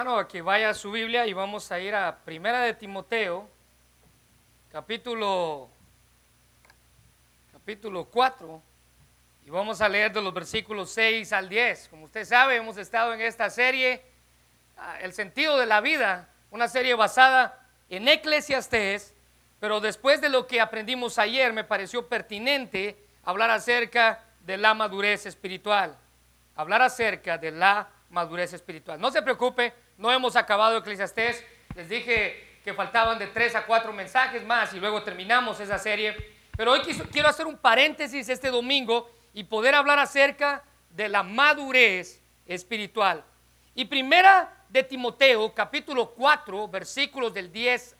A que vaya a su Biblia y vamos a ir a Primera de Timoteo, capítulo 4, y vamos a leer de los versículos 6 al 10. Como usted sabe, hemos estado en esta serie, El sentido de la vida, una serie basada en Eclesiastés, pero después de lo que aprendimos ayer, me pareció pertinente hablar acerca de la madurez espiritual. No se preocupe, no hemos acabado Eclesiastés. Les dije que faltaban de 3 a 4 mensajes más y luego terminamos esa serie. Pero hoy quiero hacer un paréntesis este domingo y poder hablar acerca de la madurez espiritual. Y Primera de Timoteo, capítulo 4, versículos del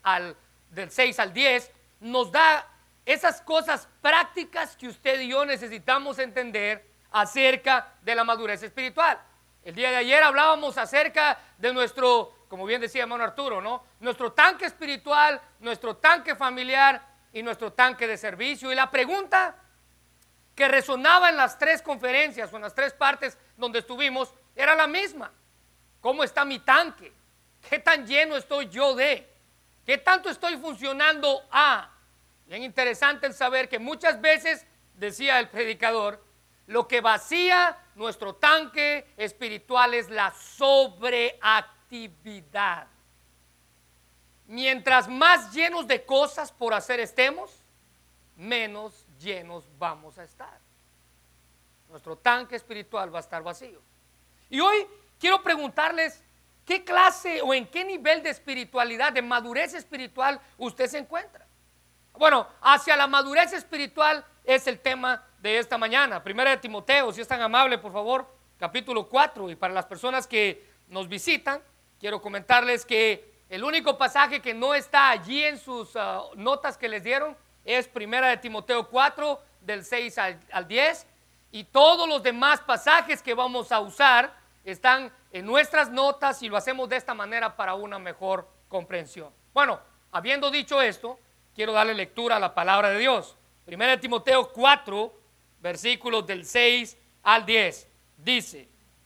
6 al 10, nos da esas cosas prácticas que usted y yo necesitamos entender acerca de la madurez espiritual. El día de ayer hablábamos acerca de nuestro, como bien decía hermano Arturo, ¿no? Nuestro tanque espiritual, nuestro tanque familiar y nuestro tanque de servicio. Y la pregunta que resonaba en las 3 conferencias o en las 3 partes donde estuvimos era la misma. ¿Cómo está mi tanque? ¿Qué tan lleno estoy yo de? ¿Qué tanto estoy funcionando a? Bien interesante el saber que muchas veces, decía el predicador, lo que vacía nuestro tanque espiritual es la sobreactividad. Mientras más llenos de cosas por hacer estemos, menos llenos vamos a estar. Nuestro tanque espiritual va a estar vacío. Y hoy quiero preguntarles, ¿qué clase o en qué nivel de espiritualidad, de madurez espiritual usted se encuentra? Bueno, hacia la madurez espiritual es el tema de esta mañana. Primera de Timoteo, si es tan amable, por favor, capítulo 4. Y para las personas que nos visitan, quiero comentarles que el único pasaje que no está allí en sus notas que les dieron es Primera de Timoteo 4, del 6 al 10. Y todos los demás pasajes que vamos a usar están en nuestras notas y lo hacemos de esta manera para una mejor comprensión. Bueno, habiendo dicho esto, quiero darle lectura a la palabra de Dios. Primera de Timoteo 4, versículos del 6 al 10, dice: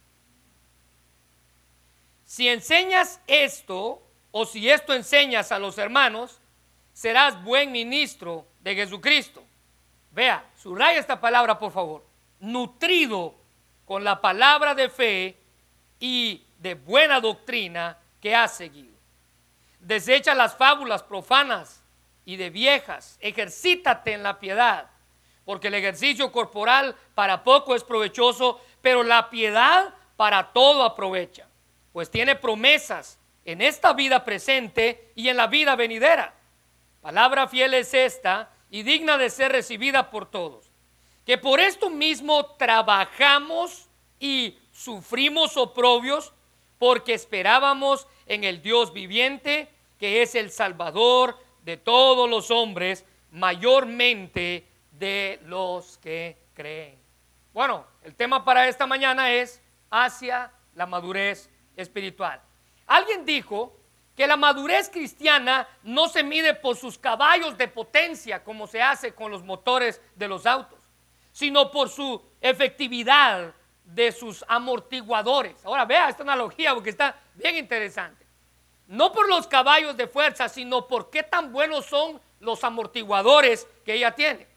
si enseñas esto, o si esto enseñas a los hermanos, serás buen ministro de Jesucristo. Vea, subraya esta palabra por favor. Nutrido con la palabra de fe y de buena doctrina que has seguido. Desecha las fábulas profanas y de viejas, ejercítate en la piedad, porque el ejercicio corporal para poco es provechoso, pero la piedad para todo aprovecha, pues tiene promesas en esta vida presente y en la vida venidera. Palabra fiel es esta y digna de ser recibida por todos, que por esto mismo trabajamos y sufrimos oprobios, porque esperábamos en el Dios viviente, que es el Salvador de todos los hombres, mayormente de los que creen. Bueno, el tema para esta mañana es hacia la madurez espiritual. Alguien dijo que la madurez cristiana no se mide por sus caballos de potencia como se hace con los motores de los autos, sino por su efectividad de sus amortiguadores. Ahora vea esta analogía porque está bien interesante. No por los caballos de fuerza, sino por qué tan buenos son los amortiguadores que ella tiene.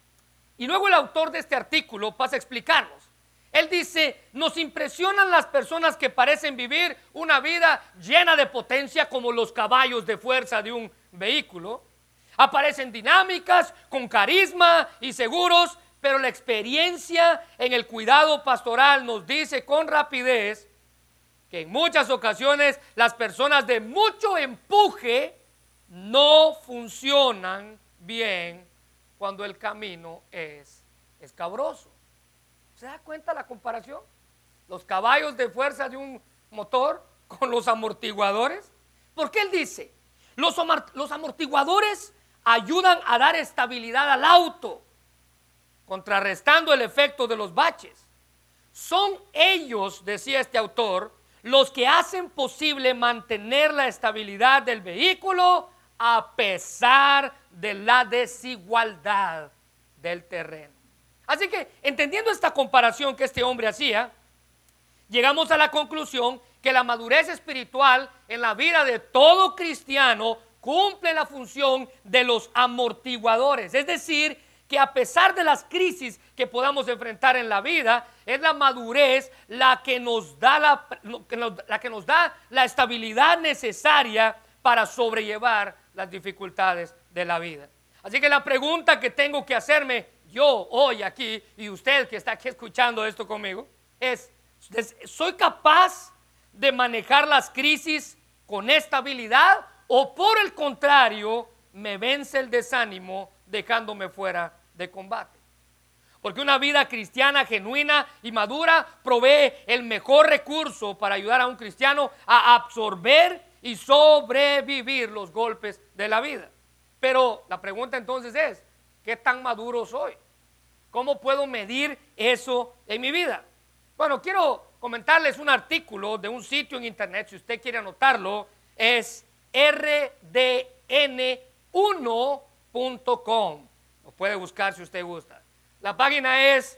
Y luego el autor de este artículo pasa a explicarnos. Él dice: nos impresionan las personas que parecen vivir una vida llena de potencia como los caballos de fuerza de un vehículo. Aparecen dinámicas, con carisma y seguros, pero la experiencia en el cuidado pastoral nos dice con rapidez que en muchas ocasiones las personas de mucho empuje no funcionan bien cuando el camino es escabroso. ¿Se da cuenta la comparación? Los caballos de fuerza de un motor con los amortiguadores. ¿Por qué él dice? Los amortiguadores ayudan a dar estabilidad al auto, contrarrestando el efecto de los baches. Son ellos, decía este autor, los que hacen posible mantener la estabilidad del vehículo a pesar de la desigualdad del terreno. Así que, entendiendo esta comparación que este hombre hacía, llegamos a la conclusión que la madurez espiritual en la vida de todo cristiano cumple la función de los amortiguadores. Es decir, que a pesar de las crisis que podamos enfrentar en la vida, es la madurez la que nos da la estabilidad necesaria para sobrellevar las dificultades de la vida. Así que la pregunta que tengo que hacerme yo hoy aquí, y usted que está aquí escuchando esto conmigo, es: ¿soy capaz de manejar las crisis con estabilidad, o por el contrario me vence el desánimo dejándome fuera de combate? Porque una vida cristiana genuina y madura provee el mejor recurso para ayudar a un cristiano a absorber y sobrevivir los golpes de la vida. Pero la pregunta entonces es: ¿qué tan maduro soy? ¿Cómo puedo medir eso en mi vida? Bueno, quiero comentarles un artículo de un sitio en internet, si usted quiere anotarlo, es rdn1.com. Lo puede buscar si usted gusta. La página es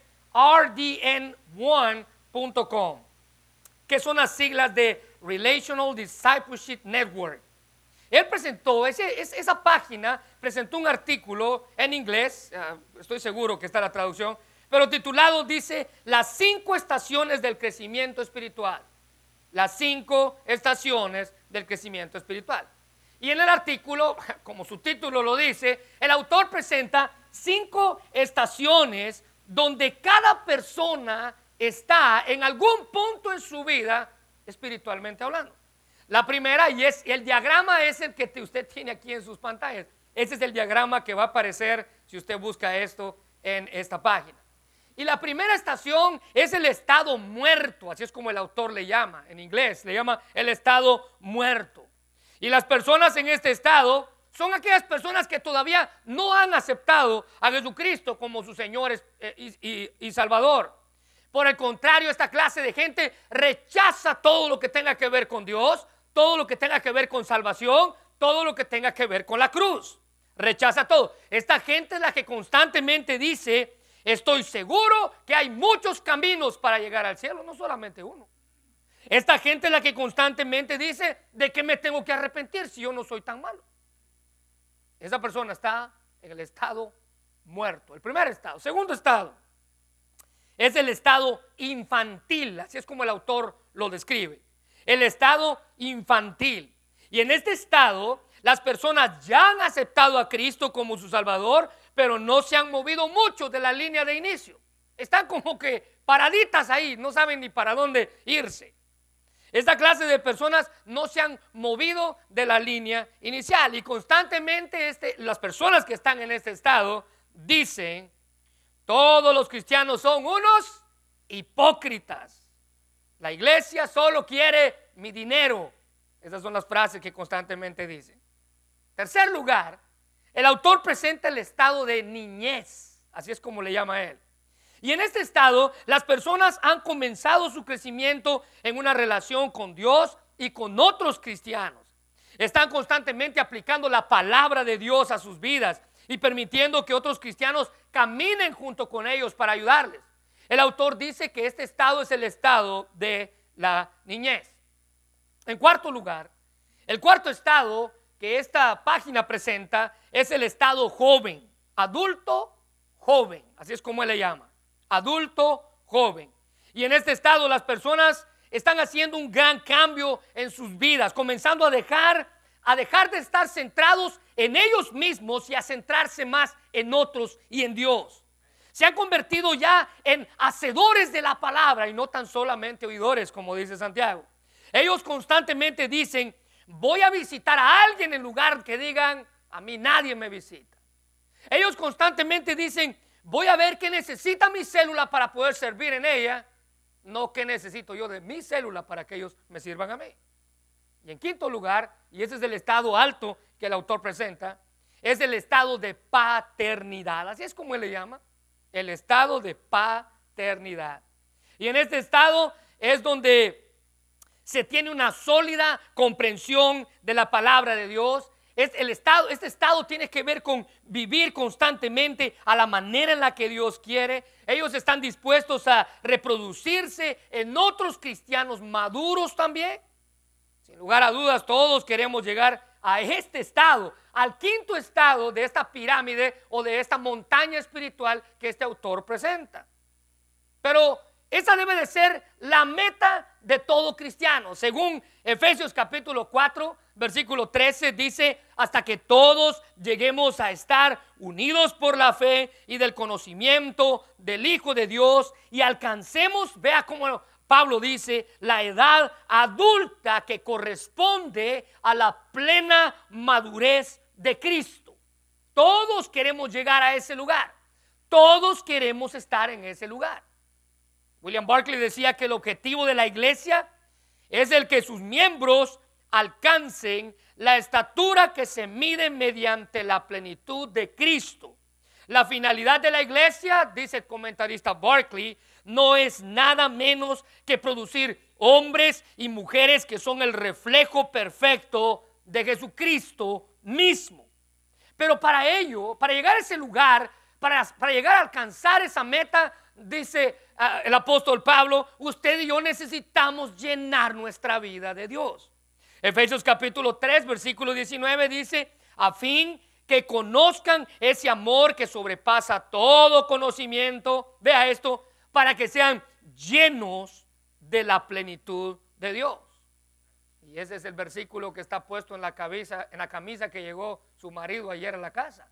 rdn1.com, que son las siglas de Relational Discipleship Network. Él presentó, esa página presentó un artículo en inglés, estoy seguro que está la traducción, pero titulado dice: las 5 estaciones del crecimiento espiritual. Las 5 estaciones del crecimiento espiritual. Y en el artículo, como su título lo dice, el autor presenta 5 estaciones donde cada persona está en algún punto en su vida espiritualmente hablando. La primera, y el diagrama es el que usted tiene aquí en sus pantallas. Ese es el diagrama que va a aparecer si usted busca esto en esta página. Y la primera estación es el estado muerto, así es como el autor le llama, en inglés le llama el estado muerto. Y las personas en este estado son aquellas personas que todavía no han aceptado a Jesucristo como su Señor y Salvador. Por el contrario, esta clase de gente rechaza todo lo que tenga que ver con Dios, todo lo que tenga que ver con salvación, todo lo que tenga que ver con la cruz. Rechaza todo. Esta gente es la que constantemente dice: estoy seguro que hay muchos caminos para llegar al cielo, no solamente uno. Esta gente es la que constantemente dice: ¿de qué me tengo que arrepentir si yo no soy tan malo? Esa persona está en el estado muerto, el primer estado. Segundo estado es el estado infantil, así es como el autor lo describe. El estado infantil. Y en este estado las personas ya han aceptado a Cristo como su Salvador, pero no se han movido mucho de la línea de inicio. Están como que paraditas ahí, no saben ni para dónde irse. Esta clase de personas no se han movido de la línea inicial, y constantemente las personas que están en este estado dicen: todos los cristianos son unos hipócritas. La iglesia solo quiere mi dinero. Esas son las frases que constantemente dicen. Tercer lugar, el autor presenta el estado de niñez, así es como le llama él. Y en este estado, las personas han comenzado su crecimiento en una relación con Dios y con otros cristianos. Están constantemente aplicando la palabra de Dios a sus vidas y permitiendo que otros cristianos caminen junto con ellos para ayudarles. El autor dice que este estado es el estado de la niñez. En cuarto lugar, el cuarto estado que esta página presenta es el estado joven, adulto joven, así es como él le llama, adulto joven. Y en este estado las personas están haciendo un gran cambio en sus vidas, comenzando a dejar de estar centrados en ellos mismos y a centrarse más en otros y en Dios. Se han convertido ya en hacedores de la palabra y no tan solamente oidores, como dice Santiago. Ellos constantemente dicen: voy a visitar a alguien, en lugar que digan: a mí nadie me visita. Ellos constantemente dicen: voy a ver qué necesita mi célula para poder servir en ella, no qué necesito yo de mi célula para que ellos me sirvan a mí. Y en quinto lugar, y ese es el estado alto que el autor presenta, es el estado de paternidad. Así es como él le llama, el estado de paternidad. Y en este estado es donde se tiene una sólida comprensión de la palabra de Dios. Este estado tiene que ver con vivir constantemente a la manera en la que Dios quiere. Ellos están dispuestos a reproducirse en otros cristianos maduros también. Sin lugar a dudas, todos queremos llegar a este estado, al quinto estado de esta pirámide o de esta montaña espiritual que este autor presenta. Pero esa debe de ser la meta de todo cristiano. Según Efesios capítulo 4, versículo 13 dice: hasta que todos lleguemos a estar unidos por la fe y del conocimiento del Hijo de Dios y alcancemos, vea cómo Pablo dice, la edad adulta que corresponde a la plena madurez de Cristo. Todos queremos llegar a ese lugar. Todos queremos estar en ese lugar. William Barclay decía que el objetivo de la iglesia es el que sus miembros alcancen la estatura que se mide mediante la plenitud de Cristo. La finalidad de la iglesia, dice el comentarista Barclay, no es nada menos que producir hombres y mujeres que son el reflejo perfecto de Jesucristo mismo. Pero para ello, para llegar a ese lugar, para llegar a alcanzar esa meta, dice el apóstol Pablo, usted y yo necesitamos llenar nuestra vida de Dios. Efesios capítulo 3, versículo 19 dice: a fin que conozcan ese amor que sobrepasa todo conocimiento, vea esto, para que sean llenos de la plenitud de Dios. Y ese es el versículo que está puesto en la camisa que llegó su marido ayer a la casa.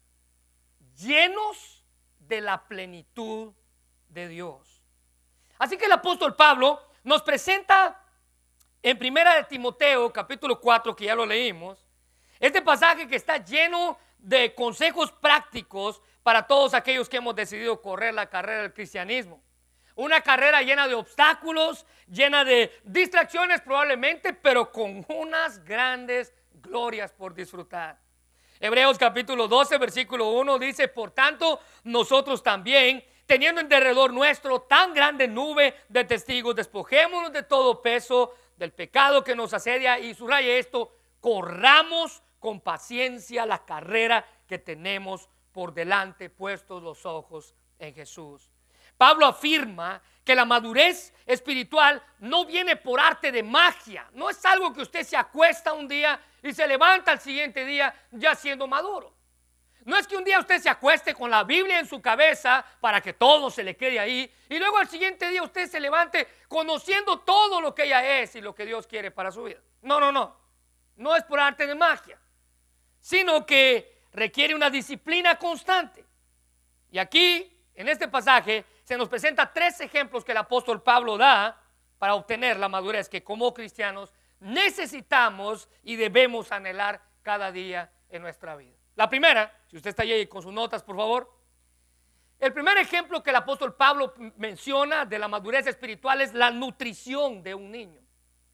Llenos de la plenitud de Dios. Así que el apóstol Pablo nos presenta en primera de Timoteo capítulo 4, que ya lo leímos, este pasaje que está lleno de consejos prácticos para todos aquellos que hemos decidido correr la carrera del cristianismo. Una carrera llena de obstáculos, llena de distracciones probablemente, pero con unas grandes glorias por disfrutar. Hebreos capítulo 12, versículo 1 dice: por tanto, nosotros también, teniendo en derredor nuestro tan grande nube de testigos, despojémonos de todo peso, del pecado que nos asedia, y subraye esto, corramos con paciencia la carrera que tenemos por delante, puestos los ojos en Jesús. Pablo afirma que la madurez espiritual no viene por arte de magia. No es algo que usted se acuesta un día y se levanta al siguiente día ya siendo maduro. No es que un día usted se acueste con la Biblia en su cabeza para que todo se le quede ahí y luego al siguiente día usted se levante conociendo todo lo que ella es y lo que Dios quiere para su vida. No. No es por arte de magia, sino que requiere una disciplina constante. Y aquí, en este pasaje, se nos presenta 3 ejemplos que el apóstol Pablo da para obtener la madurez que como cristianos necesitamos y debemos anhelar cada día en nuestra vida. La primera, si usted está ahí con sus notas, por favor. El primer ejemplo que el apóstol Pablo menciona de la madurez espiritual es la nutrición de un niño.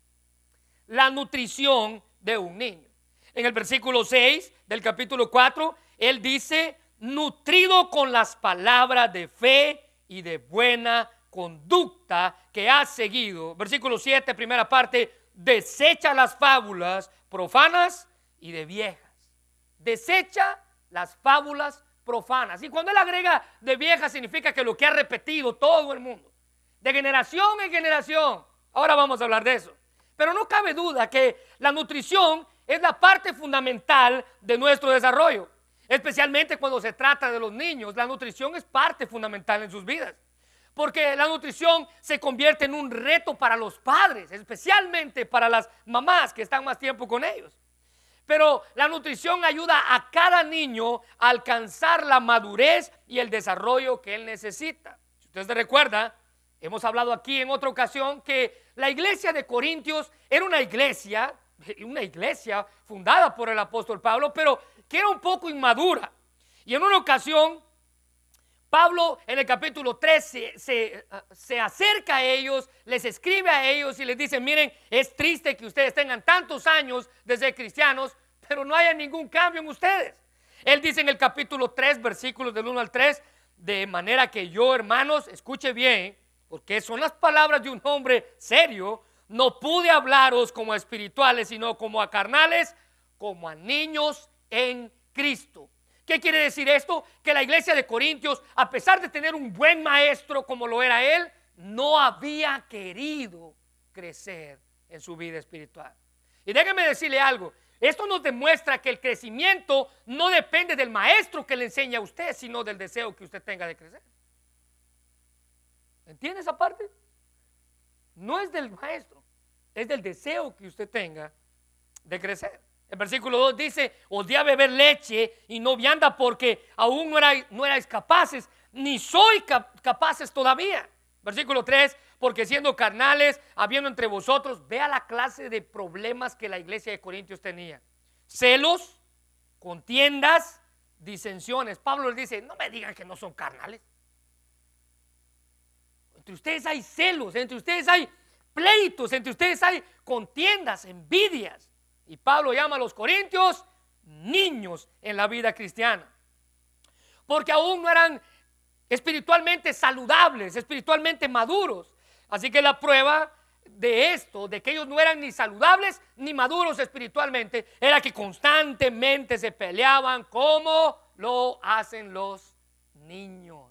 La nutrición de un niño. En el versículo 6 del capítulo 4, él dice: nutrido con las palabras de fe y de buena conducta que has seguido. Versículo 7, primera parte: desecha las fábulas profanas y de viejas. Desecha las fábulas profanas. Y cuando él agrega de viejas, significa que lo que ha repetido todo el mundo, de generación en generación. Ahora vamos a hablar de eso. Pero no cabe duda que la nutrición es la parte fundamental de nuestro desarrollo. Especialmente cuando se trata de los niños, la nutrición es parte fundamental en sus vidas. Porque la nutrición se convierte en un reto para los padres, especialmente para las mamás que están más tiempo con ellos. Pero la nutrición ayuda a cada niño a alcanzar la madurez y el desarrollo que él necesita. Si usted se recuerda, hemos hablado aquí en otra ocasión que la iglesia de Corintios era una iglesia fundada por el apóstol Pablo, pero que era un poco inmadura. Y en una ocasión, Pablo en el capítulo 3 se acerca a ellos, les escribe a ellos y les dice: miren, es triste que ustedes tengan tantos años de ser cristianos, pero no haya ningún cambio en ustedes. Él dice en el capítulo 3, versículos del 1 al 3, de manera que yo, hermanos, escuche bien, porque son las palabras de un hombre serio, no pude hablaros como a espirituales, sino como a carnales, como a niños en Cristo. ¿Qué quiere decir esto? Que la iglesia de Corintios, a pesar de tener un buen maestro como lo era él, no había querido crecer en su vida espiritual. Y déjeme decirle algo, esto nos demuestra que el crecimiento no depende del maestro que le enseña a usted, sino del deseo que usted tenga de crecer. ¿Entiende esa parte? No es del maestro, es del deseo que usted tenga de crecer. El versículo 2 dice: os di a beber leche y no vianda, porque aún no erais capaces, ni soy capaces todavía. Versículo 3: porque siendo carnales, habiendo entre vosotros, vea la clase de problemas que la iglesia de Corintios tenía: celos, contiendas, disensiones. Pablo les dice: no me digan que no son carnales. Entre ustedes hay celos, entre ustedes hay pleitos, entre ustedes hay contiendas, envidias. Y Pablo llama a los corintios niños en la vida cristiana, porque aún no eran espiritualmente saludables, espiritualmente maduros. Así que la prueba de esto, de que ellos no eran ni saludables ni maduros espiritualmente, era que constantemente se peleaban como lo hacen los niños,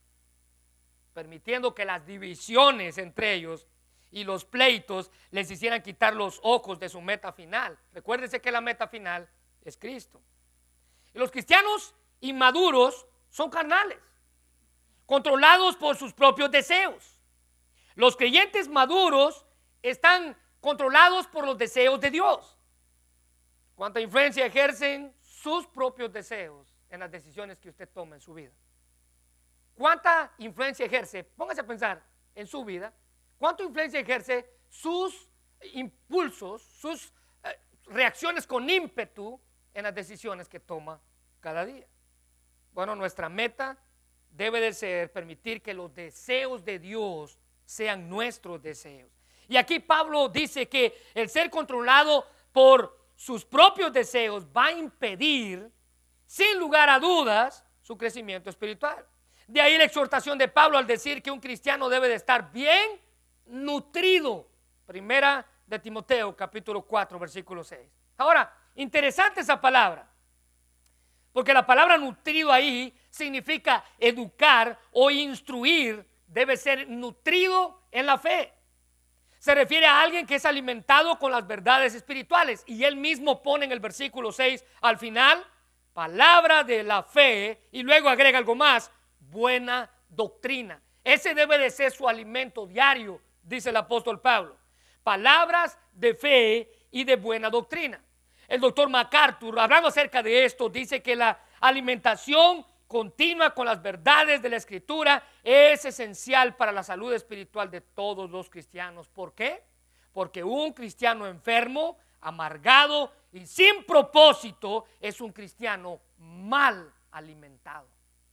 permitiendo que las divisiones entre ellos y los pleitos les hicieran quitar los ojos de su meta final. Recuérdense que la meta final es Cristo. Y los cristianos inmaduros son carnales, controlados por sus propios deseos. Los creyentes maduros están controlados por los deseos de Dios. ¿Cuánta influencia ejercen sus propios deseos en las decisiones que usted toma en su vida? ¿Cuánta influencia ejerce? Póngase a pensar en su vida. ¿Cuánta influencia ejerce sus impulsos, sus reacciones con ímpetu en las decisiones que toma cada día? Bueno, nuestra meta debe de ser permitir que los deseos de Dios sean nuestros deseos. Y aquí Pablo dice que el ser controlado por sus propios deseos va a impedir, sin lugar a dudas, su crecimiento espiritual. De ahí la exhortación de Pablo al decir que un cristiano debe de estar bien nutrido. Primera de Timoteo, capítulo 4, versículo 6. Ahora, interesante esa palabra, porque la palabra nutrido ahí significa educar o instruir. Debe ser nutrido en la fe. Se refiere a alguien que es alimentado con las verdades espirituales. Y él mismo pone en el versículo 6 al final: palabra de la fe, y luego agrega algo más: buena doctrina. Ese debe de ser su alimento diario, dice el apóstol Pablo. Palabras de fe y de buena doctrina. El doctor MacArthur, hablando acerca de esto, dice que la alimentación continua con las verdades de la Escritura es esencial para la salud espiritual de todos los cristianos. ¿Por qué? Porque un cristiano enfermo, amargado y sin propósito es un cristiano mal alimentado.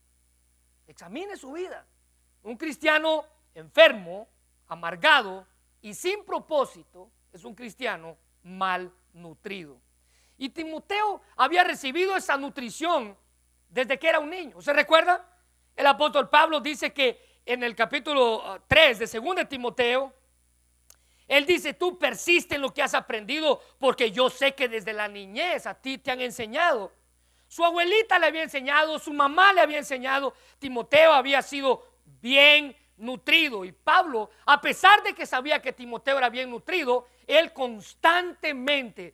Examine su vida. Un cristiano enfermo, amargado y sin propósito es un cristiano mal nutrido. Y Timoteo había recibido esa nutrición desde que era un niño. ¿Se recuerda? El apóstol Pablo dice que en el capítulo 3 de 2 de Timoteo, él dice: tú persiste en lo que has aprendido, porque yo sé que desde la niñez a ti te han enseñado. Su abuelita le había enseñado, su mamá le había enseñado. Timoteo había sido bien nutrido, y Pablo, a pesar de que sabía que Timoteo era bien nutrido, él constantemente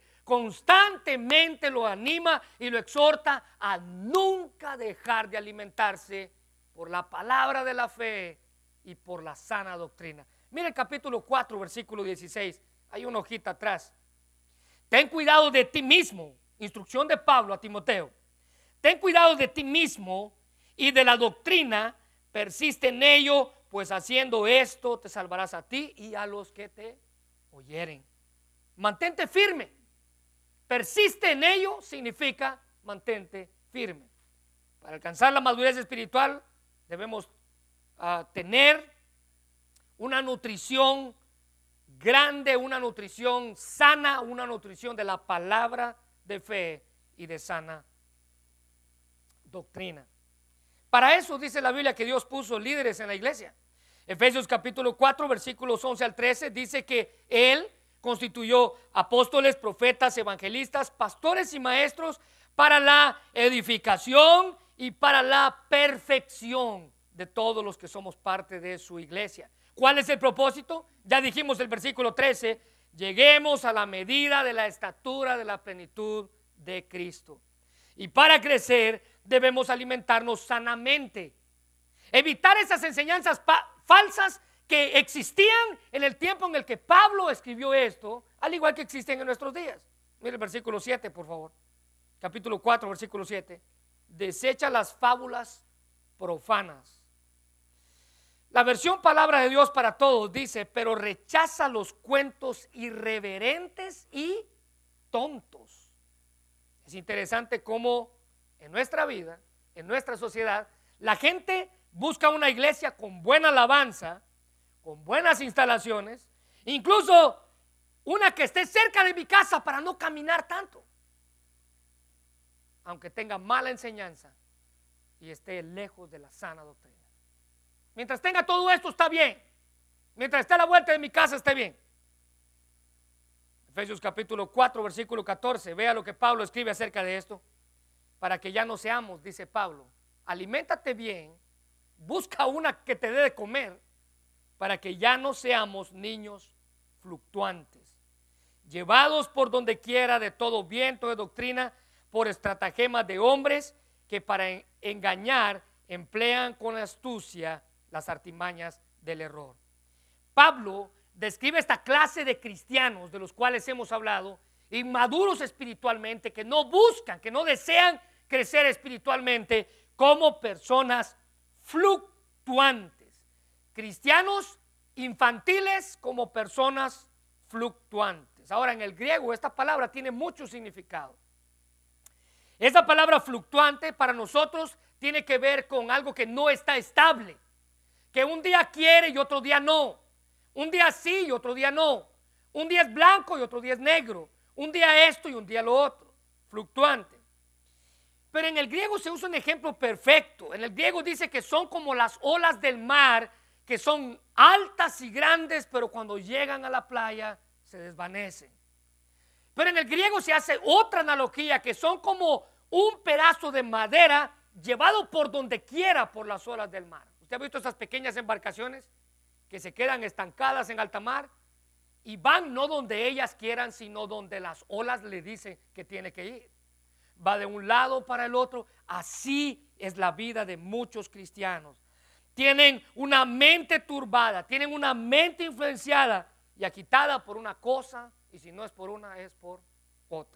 lo anima y lo exhorta a nunca dejar de alimentarse por la palabra de la fe y por la sana doctrina. Mira el capítulo 4, versículo 16. Hay una hojita atrás. Ten cuidado de ti mismo. Instrucción de Pablo a Timoteo. Ten cuidado de ti mismo y de la doctrina. Persiste en ello, pues haciendo esto te salvarás a ti y a los que te oyeren. Mantente firme. Persiste en ello significa mantente firme. Para alcanzar la madurez espiritual debemos tener una nutrición grande, una nutrición sana, una nutrición de la palabra de fe y de sana doctrina. Para eso dice la Biblia que Dios puso líderes en la iglesia. Efesios capítulo 4 versículos 11 al 13 dice que Él constituyó apóstoles, profetas, evangelistas, pastores y maestros para la edificación y para la perfección de todos los que somos parte de su iglesia. ¿Cuál es el propósito? Ya dijimos el versículo 13, lleguemos a la medida de la estatura de la plenitud de Cristo. Y para crecer debemos alimentarnos sanamente, evitar esas enseñanzas falsas que existían en el tiempo en el que Pablo escribió esto, al igual que existen en nuestros días. Mire el versículo 7, por favor. Capítulo 4, versículo 7. Desecha las fábulas profanas. La versión Palabra de Dios para Todos dice, pero rechaza los cuentos irreverentes y tontos. Es interesante cómo en nuestra vida, en nuestra sociedad, la gente busca una iglesia con buena alabanza, con buenas instalaciones, incluso una que esté cerca de mi casa para no caminar tanto, aunque tenga mala enseñanza y esté lejos de la sana doctrina. Mientras tenga todo esto está bien, mientras esté a la vuelta de mi casa esté bien. Efesios capítulo 4 versículo 14, vea lo que Pablo escribe acerca de esto. Para que ya no seamos, dice Pablo, aliméntate bien, busca una que te dé de comer, para que ya no seamos niños fluctuantes, llevados por donde quiera de todo viento de doctrina, por estratagemas de hombres que para engañar emplean con astucia las artimañas del error. Pablo describe esta clase de cristianos de los cuales hemos hablado, inmaduros espiritualmente, que no buscan, que no desean crecer espiritualmente, como personas fluctuantes, cristianos infantiles como personas fluctuantes. Ahora, en el griego esta palabra tiene mucho significado. Esa palabra fluctuante para nosotros tiene que ver con algo que no está estable, que un día quiere y otro día no, un día sí y otro día no, un día es blanco y otro día es negro, un día esto y un día lo otro, fluctuante. Pero en el griego se usa un ejemplo perfecto. En el griego dice que son como las olas del mar, que son altas y grandes, pero cuando llegan a la playa se desvanecen. Pero en el griego se hace otra analogía, que son como un pedazo de madera llevado por donde quiera por las olas del mar. ¿Usted ha visto esas pequeñas embarcaciones que se quedan estancadas en alta mar y van no donde ellas quieran, sino donde las olas le dicen que tiene que ir? Va de un lado para el otro. Así es la vida de muchos cristianos. Tienen una mente turbada, tienen una mente influenciada y agitada por una cosa, y si no es por una, es por otra.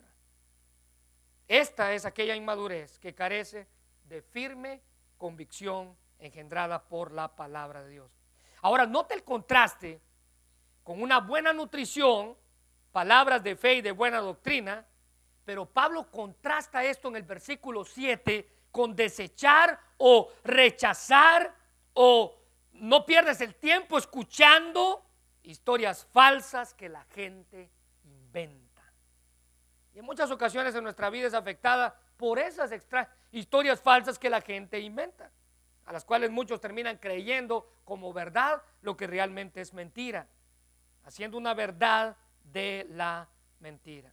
Esta es aquella inmadurez que carece de firme convicción engendrada por la palabra de Dios. Ahora, note el contraste con una buena nutrición, palabras de fe y de buena doctrina, pero Pablo contrasta esto en el versículo 7 con desechar o rechazar, o no pierdes el tiempo escuchando historias falsas que la gente inventa. Y en muchas ocasiones en nuestra vida es afectada por esas historias falsas que la gente inventa, a las cuales muchos terminan creyendo como verdad lo que realmente es mentira, haciendo una verdad de la mentira.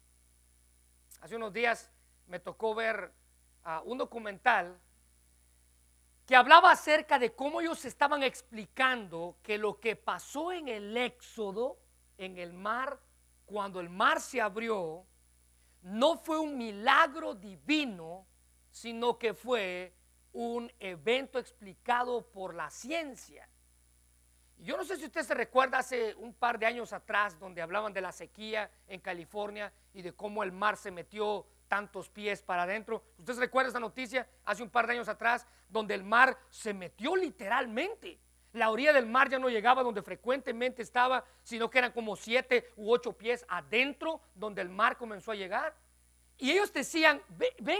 Hace unos días me tocó ver un documental que hablaba acerca de cómo ellos estaban explicando que lo que pasó en el Éxodo, en el mar, cuando el mar se abrió, no fue un milagro divino, sino que fue un evento explicado por la ciencia. Yo no sé si usted se recuerda hace un par de años atrás, donde hablaban de la sequía en California y de cómo el mar se metió tantos pies para adentro. ¿Usted se recuerda esa noticia hace un par de años atrás, donde el mar se metió literalmente? La orilla del mar ya no llegaba donde frecuentemente estaba, sino que eran como 7 u 8 pies adentro, donde el mar comenzó a llegar. Y ellos decían, ven,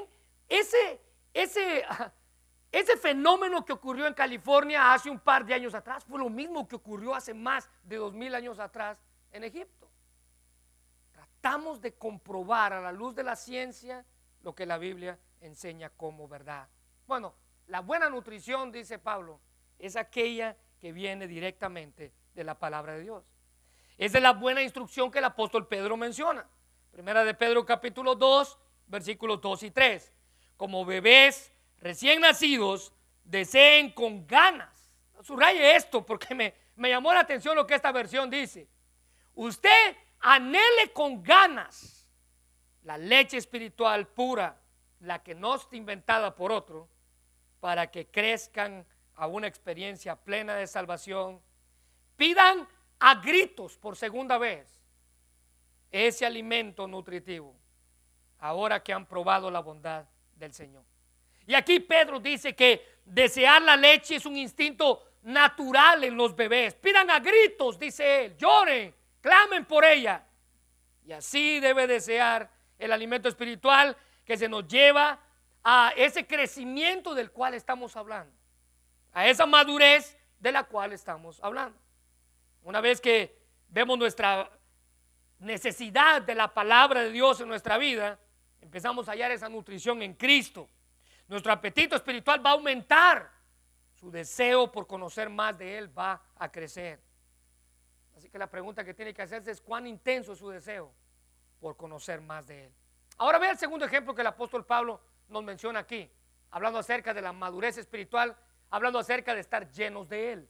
ese fenómeno que ocurrió en California hace un par de años atrás fue lo mismo que ocurrió hace más de 2000 años atrás en Egipto. Tratamos de comprobar a la luz de la ciencia lo que la Biblia enseña como verdad. Bueno, la buena nutrición, dice Pablo, es aquella que viene directamente de la palabra de Dios. Esa es la buena instrucción que el apóstol Pedro menciona. Primera de Pedro capítulo 2, versículos 2 y 3. Como bebés recién nacidos, deseen con ganas. Subraye esto porque me llamó la atención lo que esta versión dice. Usted anhele con ganas la leche espiritual pura, la que no está inventada por otro, para que crezcan a una experiencia plena de salvación. Pidan a gritos por segunda vez ese alimento nutritivo, ahora que han probado la bondad del Señor. Y aquí Pedro dice que desear la leche es un instinto natural en los bebés. Pidan a gritos, dice él, lloren, clamen por ella. Y así debe desear el alimento espiritual que se nos lleva a ese crecimiento del cual estamos hablando, a esa madurez de la cual estamos hablando. Una vez que vemos nuestra necesidad de la palabra de Dios en nuestra vida, empezamos a hallar esa nutrición en Cristo. Nuestro apetito espiritual va a aumentar, su deseo por conocer más de Él va a crecer. Así que la pregunta que tiene que hacerse es cuán intenso es su deseo por conocer más de Él. Ahora vea el segundo ejemplo que el apóstol Pablo nos menciona aquí, hablando acerca de la madurez espiritual, hablando acerca de estar llenos de Él.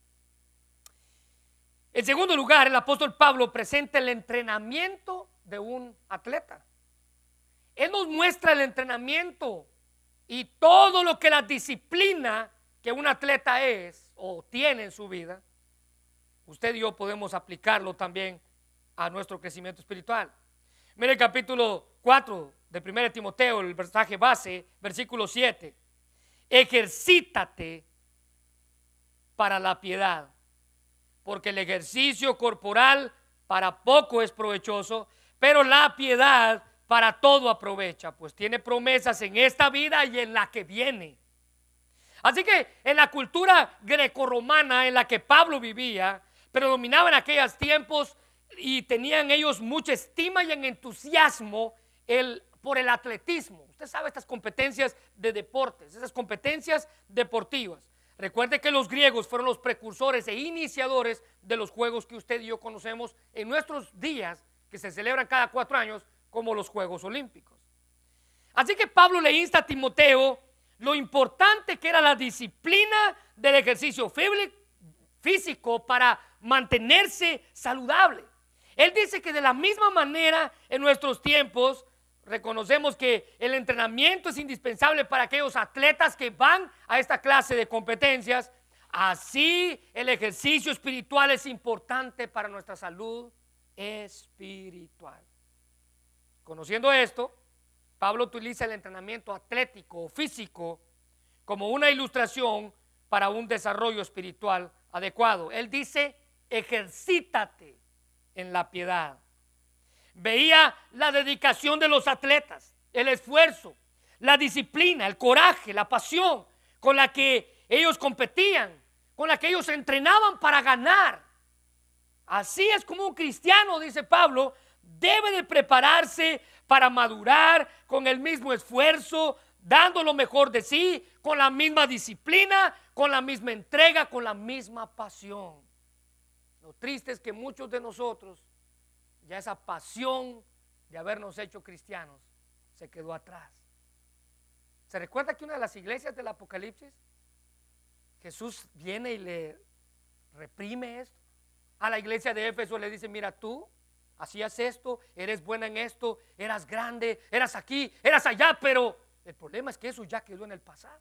En segundo lugar, el apóstol Pablo presenta el entrenamiento de un atleta. Él nos muestra el entrenamiento y todo lo que la disciplina que un atleta es o tiene en su vida. Usted y yo podemos aplicarlo también a nuestro crecimiento espiritual. Mire el capítulo 4 de 1 Timoteo, el pasaje base, versículo 7. Ejercítate para la piedad, porque el ejercicio corporal para poco es provechoso, pero la piedad para todo aprovecha, pues tiene promesas en esta vida y en la que viene. Así que en la cultura grecorromana en la que Pablo vivía, predominaba en aquellos tiempos y tenían ellos mucha estima y en entusiasmo por el atletismo. Usted sabe, estas competencias de deportes, esas competencias deportivas. Recuerde que los griegos fueron los precursores e iniciadores de los juegos que usted y yo conocemos en nuestros días, que se celebran cada 4 años como los Juegos Olímpicos. Así que Pablo le insta a Timoteo lo importante que era la disciplina del ejercicio físico para mantenerse saludable. Él dice que de la misma manera en nuestros tiempos reconocemos que el entrenamiento es indispensable para aquellos atletas que van a esta clase de competencias. Así el ejercicio espiritual es importante para nuestra salud espiritual. Conociendo esto, Pablo utiliza el entrenamiento atlético o físico como una ilustración para un desarrollo espiritual adecuado. Él dice, ejercítate en la piedad. Veía la dedicación de los atletas, el esfuerzo, la disciplina, el coraje, la pasión con la que ellos competían, con la que ellos entrenaban para ganar. Así es como un cristiano, dice Pablo, debe de prepararse para madurar con el mismo esfuerzo, dando lo mejor de sí, con la misma disciplina, con la misma entrega, con la misma pasión. Lo triste es que muchos de nosotros, ya esa pasión de habernos hecho cristianos se quedó atrás. ¿Se recuerda que una de las iglesias del Apocalipsis, Jesús viene y le reprime esto? A la iglesia de Éfeso le dice, mira, tú hacías esto, eres buena en esto, eras grande, eras aquí, eras allá, pero el problema es que eso ya quedó en el pasado.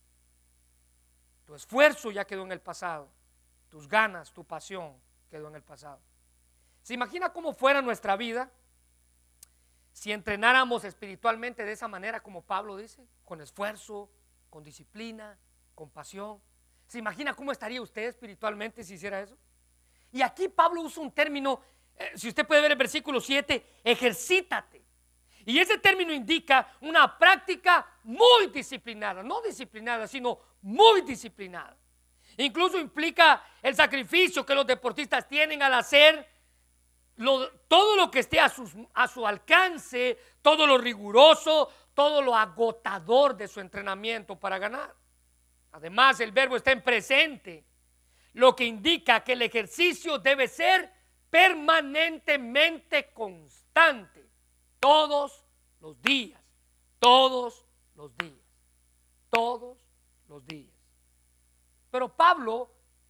Tu esfuerzo ya quedó en el pasado, tus ganas, tu pasión quedó en el pasado. ¿Se imagina cómo fuera nuestra vida si entrenáramos espiritualmente de esa manera como Pablo dice? Con esfuerzo, con disciplina, con pasión. ¿Se imagina cómo estaría usted espiritualmente si hiciera eso? Y aquí Pablo usa un término, si usted puede ver el versículo 7, ejercítate. Y ese término indica una práctica muy disciplinada, no disciplinada, sino muy disciplinada. Incluso implica el sacrificio que los deportistas tienen al hacer todo lo que esté a su alcance, todo lo riguroso, todo lo agotador de su entrenamiento para ganar. Además, el verbo está en presente, lo que indica que el ejercicio debe ser permanentemente constante, todos los días, todos los días, todos los días. Pero Pablo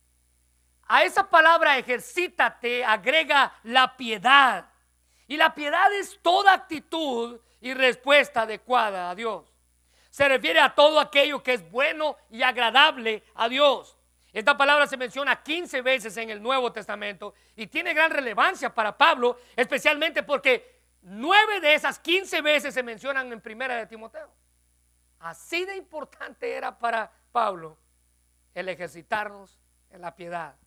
a esa palabra ejercítate agrega la piedad. Y la piedad es toda actitud y respuesta adecuada a Dios. Se refiere a todo aquello que es bueno y agradable a Dios. Esta palabra se menciona 15 veces en el Nuevo Testamento y tiene gran relevancia para Pablo, especialmente porque 9 de esas 15 veces se mencionan en Primera de Timoteo. Así de importante era para Pablo el ejercitarnos en la piedad.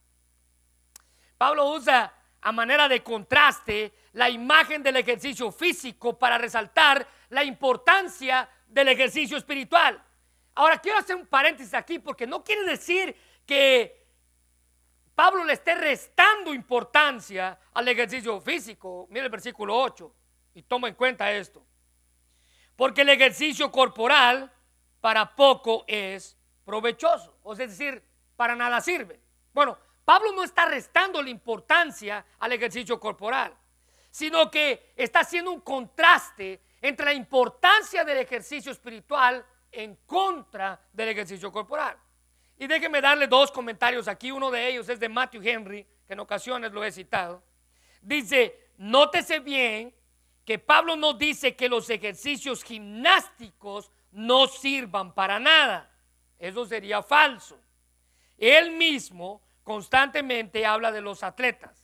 Pablo usa a manera de contraste la imagen del ejercicio físico para resaltar la importancia del ejercicio espiritual. Ahora quiero hacer un paréntesis aquí porque no quiere decir que Pablo le esté restando importancia al ejercicio físico. Mira el versículo 8 y toma en cuenta esto. Porque el ejercicio corporal para poco es provechoso, es decir, para nada sirve. Bueno, Pablo no está restando la importancia al ejercicio corporal, sino que está haciendo un contraste entre la importancia del ejercicio espiritual en contra del ejercicio corporal. Y déjenme darle 2 comentarios aquí. Uno de ellos es de Matthew Henry, que en ocasiones lo he citado. Dice, nótese bien que Pablo no dice que los ejercicios gimnásticos no sirvan para nada. Eso sería falso. Él mismo constantemente habla de los atletas.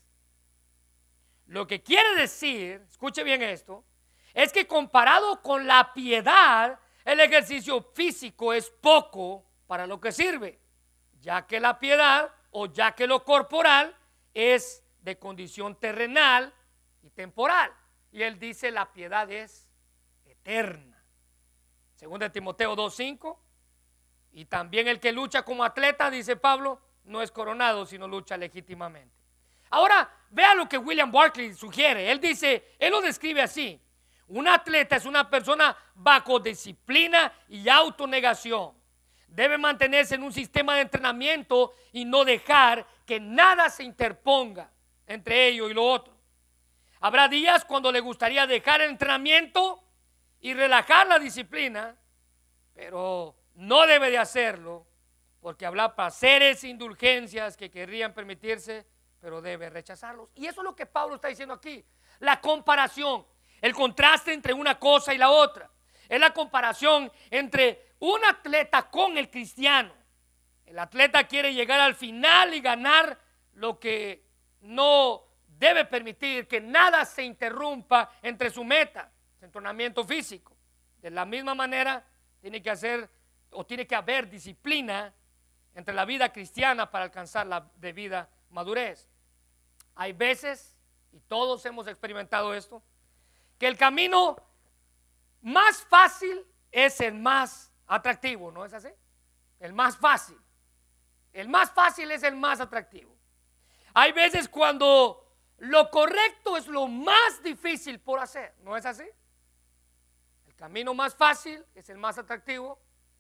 Lo que quiere decir, escuche bien esto, es que comparado con la piedad, el ejercicio físico es poco para lo que sirve, ya que la piedad o ya que lo corporal es de condición terrenal y temporal. Y él dice la piedad es eterna. Según Timoteo 2:5. Y también el que lucha como atleta, dice Pablo, no es coronado, sino lucha legítimamente. Ahora, vea lo que William Barclay sugiere. Él dice, él lo describe así: un atleta es una persona bajo disciplina y autonegación. Debe mantenerse en un sistema de entrenamiento y no dejar que nada se interponga entre ello y lo otro. Habrá días cuando le gustaría dejar el entrenamiento y relajar la disciplina, pero no debe de hacerlo, porque habrá placeres e indulgencias que querrían permitirse, pero debe rechazarlos. Y eso es lo que Pablo está diciendo aquí. La comparación, el contraste entre una cosa y la otra. Es la comparación entre un atleta con el cristiano. El atleta quiere llegar al final y ganar, lo que no debe permitir que nada se interrumpa entre su meta, su entrenamiento físico. De la misma manera, tiene que haber disciplina entre la vida cristiana para alcanzar la debida madurez. Hay veces, y todos hemos experimentado esto, que el camino más fácil es el más atractivo, ¿no es así? El más fácil. El más fácil es el más atractivo. Hay veces cuando lo correcto es lo más difícil por hacer, ¿no es así? El camino más fácil es el más atractivo.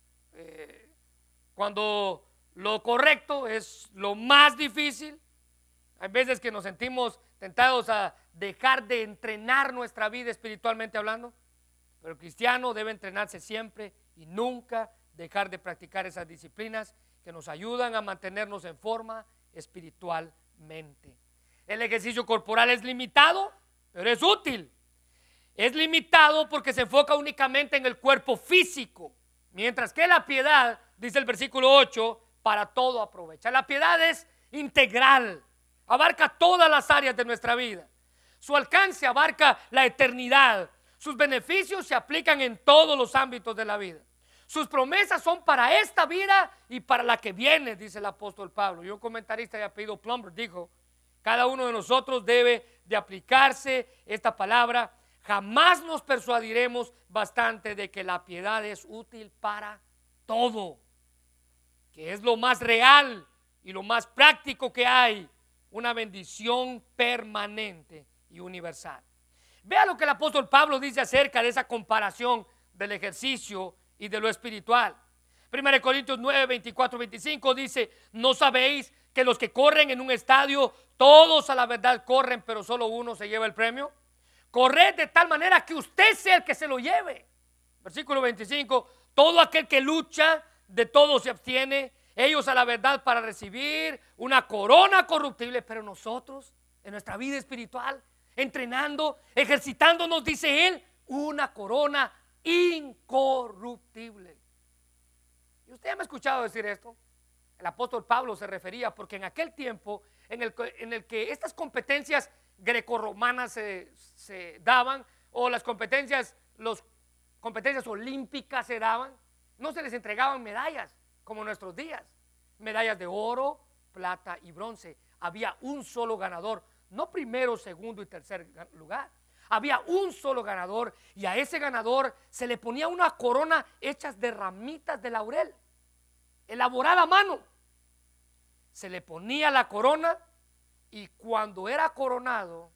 Cuando lo correcto es lo más difícil. Hay veces que nos sentimos tentados a dejar de entrenar nuestra vida espiritualmente hablando, pero el cristiano debe entrenarse siempre y nunca dejar de practicar esas disciplinas que nos ayudan a mantenernos en forma espiritualmente. El ejercicio corporal es limitado, pero es útil. Es limitado porque se enfoca únicamente en el cuerpo físico, mientras que la piedad, dice el versículo 8, para todo aprovecha. La piedad es integral, abarca todas las áreas de nuestra vida. Su alcance abarca la eternidad. Sus beneficios se aplican en todos los ámbitos de la vida. Sus promesas son para esta vida y para la que viene, dice el apóstol Pablo. Y un comentarista de apellido Plumber dijo, cada uno de nosotros debe de aplicarse esta palabra. Jamás nos persuadiremos bastante de que la piedad es útil para todo, que es lo más real y lo más práctico que hay, una bendición permanente y universal. Vea lo que el apóstol Pablo dice acerca de esa comparación del ejercicio y de lo espiritual. 1 Corintios 9, 24, 25 dice, ¿no sabéis que los que corren en un estadio todos a la verdad corren, pero solo uno se lleva el premio. Corred de tal manera que usted sea el que se lo lleve. Versículo 25, todo aquel que lucha, de todo se abstiene, ellos a la verdad para recibir una corona corruptible, pero nosotros en nuestra vida espiritual, entrenando, ejercitándonos, dice él, una corona incorruptible. ¿Y usted me ha escuchado decir esto? El apóstol Pablo se refería porque en aquel tiempo en el que estas competencias grecorromanas se daban, o las competencias olímpicas se daban, no se les entregaban medallas como en nuestros días, medallas de oro, plata y bronce. Había un solo ganador, no primero, segundo y tercer lugar. Había un solo ganador, y a ese ganador se le ponía una corona hecha de ramitas de laurel, elaborada a mano. Se le ponía la corona, y cuando era coronado,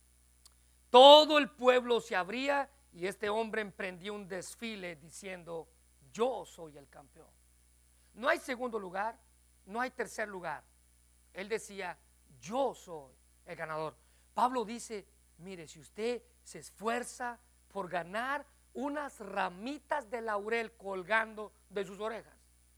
todo el pueblo se abría y este hombre emprendía un desfile diciendo: yo soy el campeón. No hay segundo lugar, no hay tercer lugar. Él decía: yo soy el ganador. Pablo dice: mire, si usted se esfuerza por ganar unas ramitas de laurel colgando de sus orejas,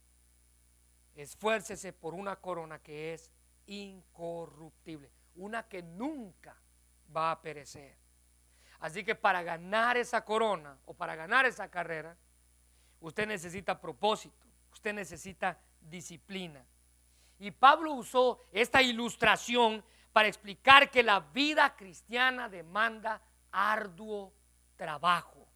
esfuércese por una corona que es incorruptible, una que nunca va a perecer. Así que para ganar esa corona o para ganar esa carrera, usted necesita propósito, usted necesita disciplina. Y Pablo usó esta ilustración para explicar que la vida cristiana demanda arduo trabajo,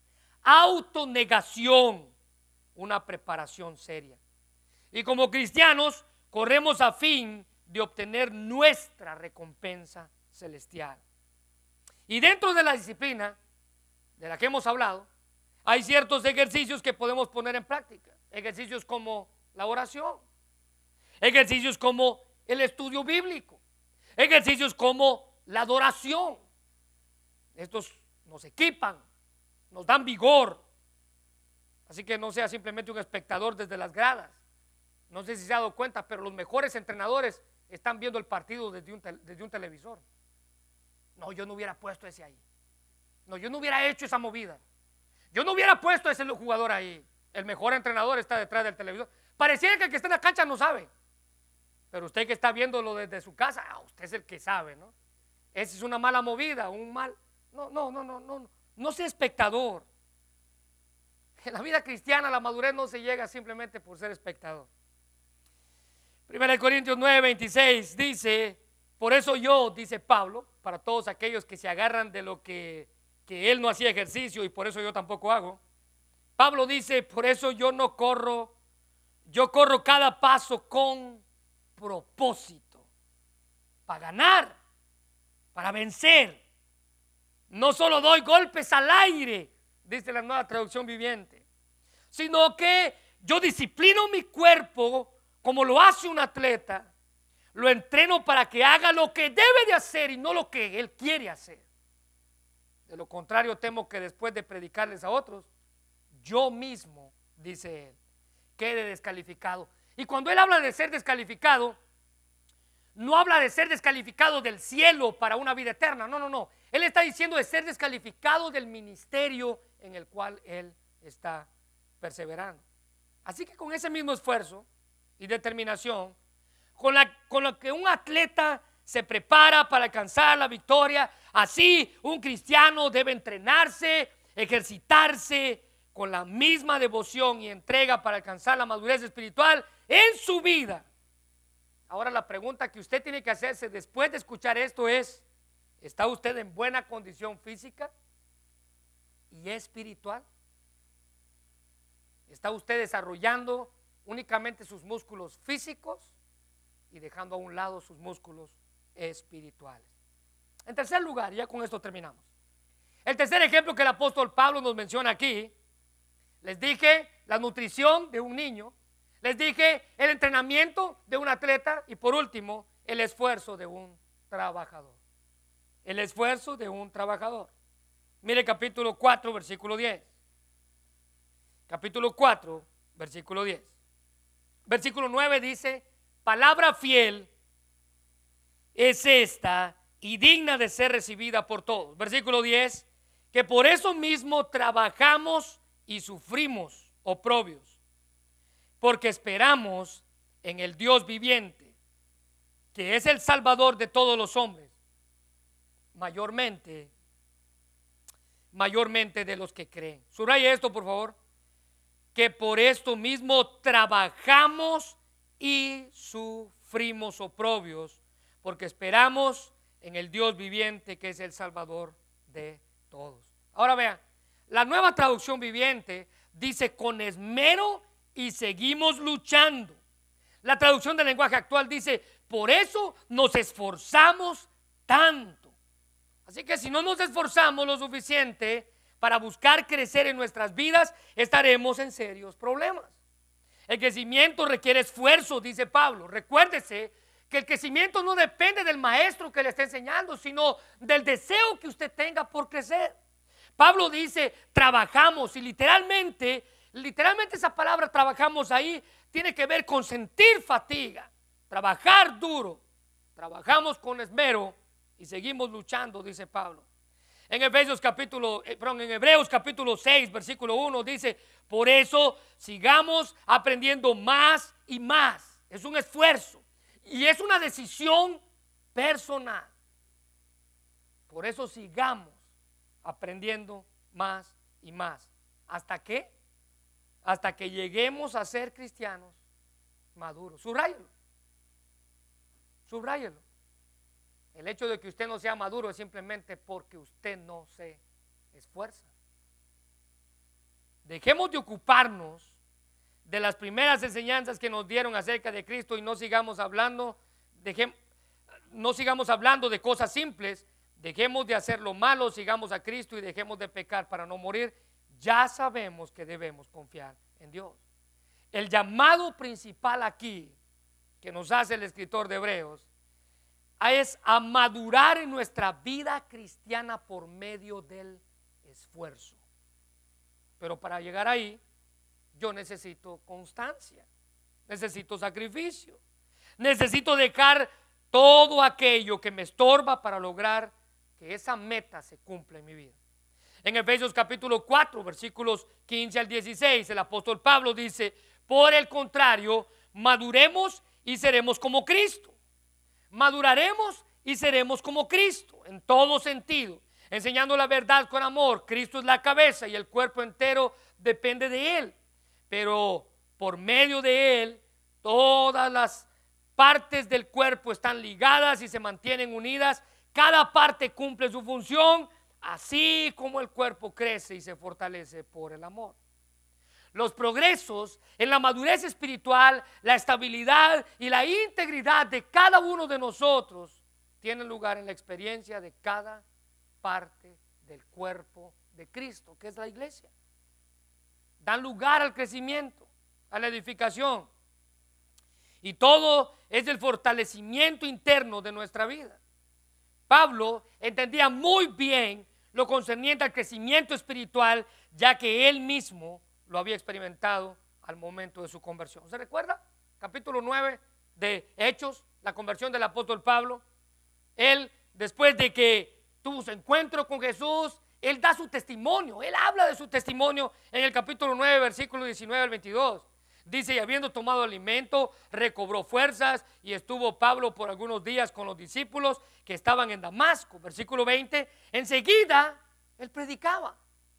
autonegación, una preparación seria. Y como cristianos corremos a fin de obtener nuestra recompensa celestial. Y dentro de la disciplina de la que hemos hablado, hay ciertos ejercicios que podemos poner en práctica. Ejercicios como la oración, ejercicios como el estudio bíblico, ejercicios como la adoración. Estos nos equipan, nos dan vigor. Así que no sea simplemente un espectador desde las gradas. No sé si se ha dado cuenta, pero los mejores entrenadores están viendo el partido desde un televisor. No, yo no hubiera puesto ese ahí. No, yo no hubiera hecho esa movida. Yo no hubiera puesto ese jugador ahí. El mejor entrenador está detrás del televisor. Pareciera que el que está en la cancha no sabe. Pero usted que está viéndolo desde su casa, usted es el que sabe, ¿no? Esa es una mala movida, un mal. No sea espectador. En la vida cristiana la madurez no se llega simplemente por ser espectador. 1 Corintios 9:26 dice: por eso yo, dice Pablo, para todos aquellos que se agarran de lo que él no hacía ejercicio y por eso yo tampoco hago. Pablo dice: por eso yo no corro, yo corro cada paso con propósito, para ganar, para vencer. No solo doy golpes al aire, dice la Nueva Traducción Viviente, sino que yo disciplino mi cuerpo como lo hace un atleta. Lo entreno para que haga lo que debe de hacer y no lo que él quiere hacer. De lo contrario, temo que después de predicarles a otros, yo mismo, dice él, quede descalificado. Y cuando él habla de ser descalificado, no habla de ser descalificado del cielo para una vida eterna. No. Él está diciendo de ser descalificado del ministerio en el cual él está perseverando. Así que con ese mismo esfuerzo y determinación, con la que un atleta se prepara para alcanzar la victoria, así un cristiano debe entrenarse, ejercitarse con la misma devoción y entrega para alcanzar la madurez espiritual en su vida. Ahora la pregunta que usted tiene que hacerse después de escuchar esto es: ¿está usted en buena condición física y espiritual? ¿Está usted desarrollando únicamente sus músculos físicos y dejando a un lado sus músculos espirituales? En tercer lugar, ya con esto terminamos, el tercer ejemplo que el apóstol Pablo nos menciona aquí, les dije la nutrición de un niño, les dije el entrenamiento de un atleta y por último el esfuerzo de un trabajador. El esfuerzo de un trabajador. Mire capítulo 4 versículo 10. Capítulo 4 versículo 10. Versículo 9 dice: palabra fiel es esta y digna de ser recibida por todos. Versículo 10, que por eso mismo trabajamos y sufrimos oprobios, porque esperamos en el Dios viviente, que es el Salvador de todos los hombres, mayormente de los que creen. Subraya esto, por favor, que por esto mismo trabajamos y sufrimos oprobios, porque esperamos en el Dios viviente, que es el Salvador de todos. Ahora vean, la Nueva Traducción Viviente dice con esmero y seguimos luchando. La traducción del lenguaje actual dice por eso nos esforzamos tanto. Así que si no nos esforzamos lo suficiente para buscar crecer en nuestras vidas, estaremos en serios problemas. El crecimiento requiere esfuerzo, dice Pablo. Recuérdese que el crecimiento no depende del maestro que le está enseñando, sino del deseo que usted tenga por crecer. Pablo dice trabajamos, y literalmente esa palabra trabajamos ahí tiene que ver con sentir fatiga, trabajar duro. Trabajamos con esmero y seguimos luchando, dice Pablo. En Hebreos capítulo 6, versículo 1 dice, por eso sigamos aprendiendo más y más. Es un esfuerzo y es una decisión personal. Por eso sigamos aprendiendo más y más. ¿Hasta qué? Hasta que lleguemos a ser cristianos maduros. Subráyelo. El hecho de que usted no sea maduro es simplemente porque usted no se esfuerza. Dejemos de ocuparnos de las primeras enseñanzas que nos dieron acerca de Cristo y no sigamos hablando de cosas simples. Dejemos de hacer lo malo, sigamos a Cristo y dejemos de pecar para no morir. Ya sabemos que debemos confiar en Dios. El llamado principal aquí que nos hace el escritor de Hebreos es a madurar en nuestra vida cristiana por medio del esfuerzo. Pero para llegar ahí, yo necesito constancia, necesito sacrificio, necesito dejar todo aquello que me estorba para lograr que esa meta se cumpla en mi vida. En Efesios capítulo 4, versículos 15 al 16, el apóstol Pablo dice, por el contrario, maduremos y seremos como Cristo. Maduraremos y seremos como Cristo en todo sentido, enseñando la verdad con amor. Cristo es la cabeza y el cuerpo entero depende de Él, pero por medio de Él todas las partes del cuerpo están ligadas y se mantienen unidas. Cada parte cumple su función, así como el cuerpo crece y se fortalece por el amor. Los progresos en la madurez espiritual, la estabilidad y la integridad de cada uno de nosotros tienen lugar en la experiencia de cada parte del cuerpo de Cristo, que es la iglesia. Dan lugar al crecimiento, a la edificación, y todo es el fortalecimiento interno de nuestra vida. Pablo entendía muy bien lo concerniente al crecimiento espiritual, ya que él mismo lo había experimentado al momento de su conversión. ¿Se recuerda? Capítulo 9 de Hechos, la conversión del apóstol Pablo. Él, después de que tuvo su encuentro con Jesús, él da su testimonio. Él habla de su testimonio en el capítulo 9, versículo 19 al 22. Dice, y habiendo tomado alimento, recobró fuerzas y estuvo Pablo por algunos días con los discípulos que estaban en Damasco. Versículo 20, enseguida él predicaba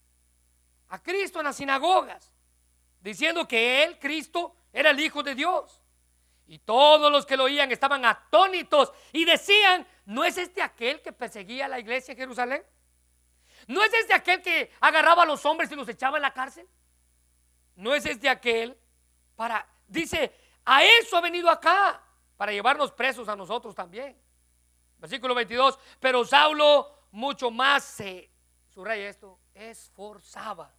a Cristo en las sinagogas, diciendo que él, Cristo, era el Hijo de Dios. Y todos los que lo oían estaban atónitos y decían, ¿no es este aquel que perseguía a la iglesia en Jerusalén? ¿No es este aquel que agarraba a los hombres y los echaba en la cárcel? ¿No es este aquel? Dice, a eso ha venido acá, para llevarnos presos a nosotros también. Versículo 22, pero Saulo mucho más subraya esto, esforzaba.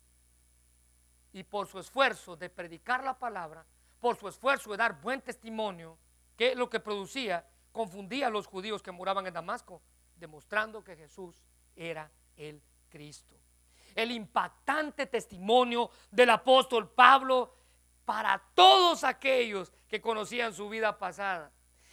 Y por su esfuerzo de predicar la palabra, por su esfuerzo de dar buen testimonio, que es lo que producía, confundía a los judíos que moraban en Damasco, demostrando que Jesús era el Cristo. El impactante testimonio del apóstol Pablo para todos aquellos que conocían su vida pasada.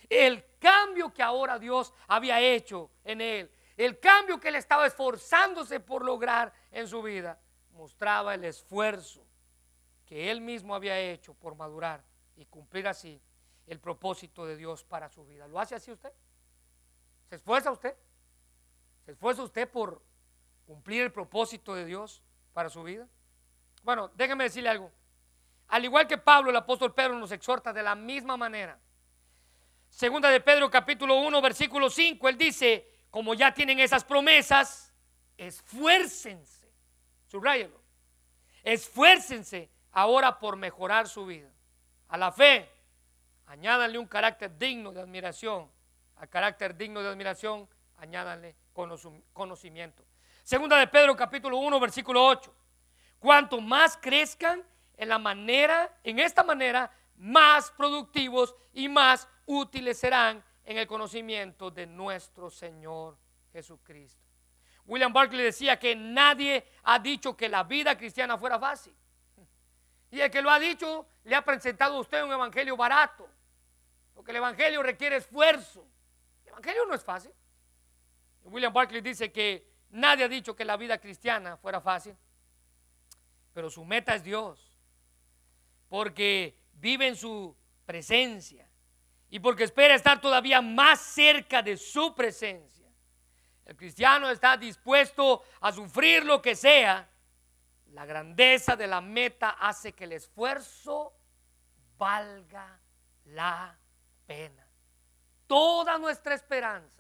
el cambio que ahora Dios había hecho en él, el cambio que él estaba esforzándose por lograr en su vida, mostraba el esfuerzo que él mismo había hecho por madurar y cumplir así el propósito de Dios para su vida. ¿Lo hace así usted? ¿Se esfuerza usted? ¿Se esfuerza usted por cumplir el propósito de Dios para su vida? Bueno, déjeme decirle algo. Al igual que Pablo, el apóstol Pedro nos exhorta de la misma manera. Segunda de Pedro capítulo 1 versículo 5, él dice: como ya tienen esas promesas, esfuércense, subráyelo, esfuércense ahora por mejorar su vida. A la fe, añádanle un carácter digno de admiración. Al carácter digno de admiración, añádanle conocimiento. Segunda de Pedro capítulo 1 versículo 8. Cuanto más crezcan en esta manera, más productivos y más útiles serán en el conocimiento de nuestro Señor Jesucristo. William Barclay decía que nadie ha dicho que la vida cristiana fuera fácil. Y el que lo ha dicho le ha presentado a usted un evangelio barato, porque el evangelio requiere esfuerzo. El evangelio no es fácil. William Barclay dice que nadie ha dicho que la vida cristiana fuera fácil, pero su meta es Dios, porque vive en su presencia y porque espera estar todavía más cerca de su presencia. El cristiano está dispuesto a sufrir lo que sea. La grandeza de la meta hace que el esfuerzo valga la pena. Toda nuestra esperanza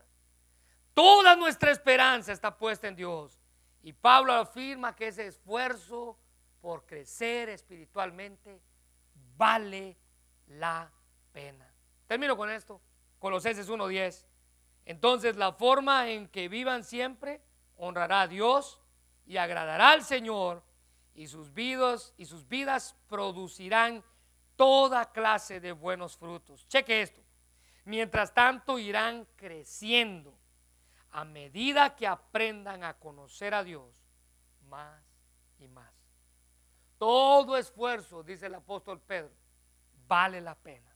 está puesta en Dios. Y Pablo afirma que ese esfuerzo por crecer espiritualmente vale la pena. Termino con esto, Colosenses 1:10. Entonces la forma en que vivan siempre honrará a Dios y agradará al Señor, y sus vidas producirán toda clase de buenos frutos. Cheque esto. Mientras tanto irán creciendo a medida que aprendan a conocer a Dios más y más. Todo esfuerzo, dice el apóstol Pedro, vale la pena.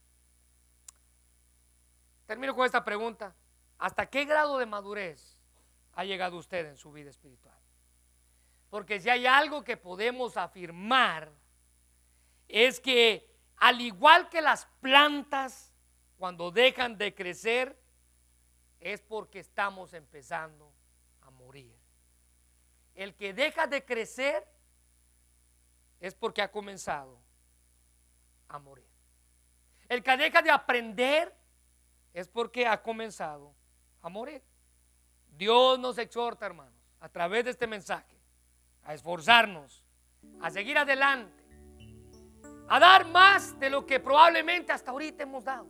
Termino con esta pregunta: ¿hasta qué grado de madurez ha llegado usted en su vida espiritual? Porque si hay algo que podemos afirmar es que, al igual que las plantas cuando dejan de crecer, es porque estamos empezando a morir. El que deja de crecer es porque ha comenzado a morir. El que deja de aprender es porque ha comenzado a morir. Dios nos exhorta, hermanos, a través de este mensaje, a esforzarnos, a seguir adelante, a dar más de lo que probablemente hasta ahorita hemos dado,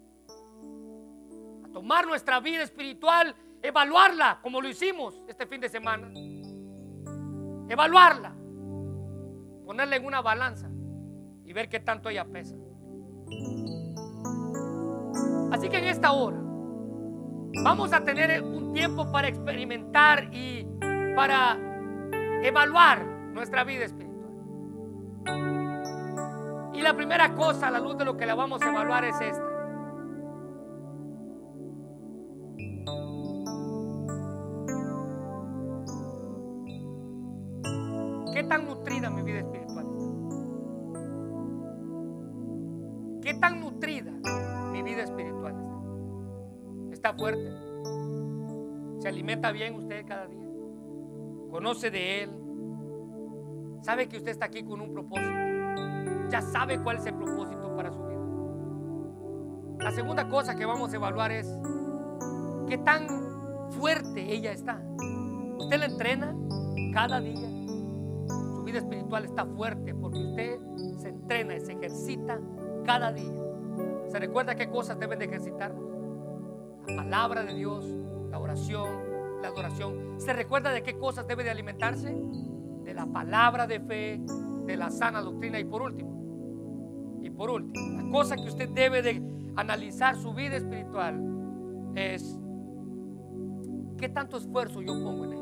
a tomar nuestra vida espiritual, evaluarla como lo hicimos este fin de semana, evaluarla, ponerla en una balanza y ver qué tanto ella pesa. Así que en esta hora vamos a tener un tiempo para experimentar y para evaluar nuestra vida espiritual. Y la primera cosa, a la luz de lo que la vamos a evaluar, es esta: ¿qué tan nutrida mi vida espiritual está? ¿Qué tan nutrida mi vida espiritual está? ¿Está fuerte? ¿Se alimenta bien usted cada día? ¿Conoce de Él? ¿Sabe que usted está aquí con un propósito? ¿Ya sabe cuál es el propósito para su vida? La segunda cosa que vamos a evaluar es qué tan fuerte ella está. ¿Usted la entrena cada día? Su vida espiritual está fuerte porque usted se entrena y se ejercita cada día. ¿Se recuerda qué cosas deben de ejercitarnos? La palabra de Dios, la oración, la adoración. ¿Se recuerda de qué cosas debe de alimentarse? De la palabra de fe, de la sana doctrina. Y por último, la cosa que usted debe de analizar su vida espiritual es: ¿qué tanto esfuerzo yo pongo en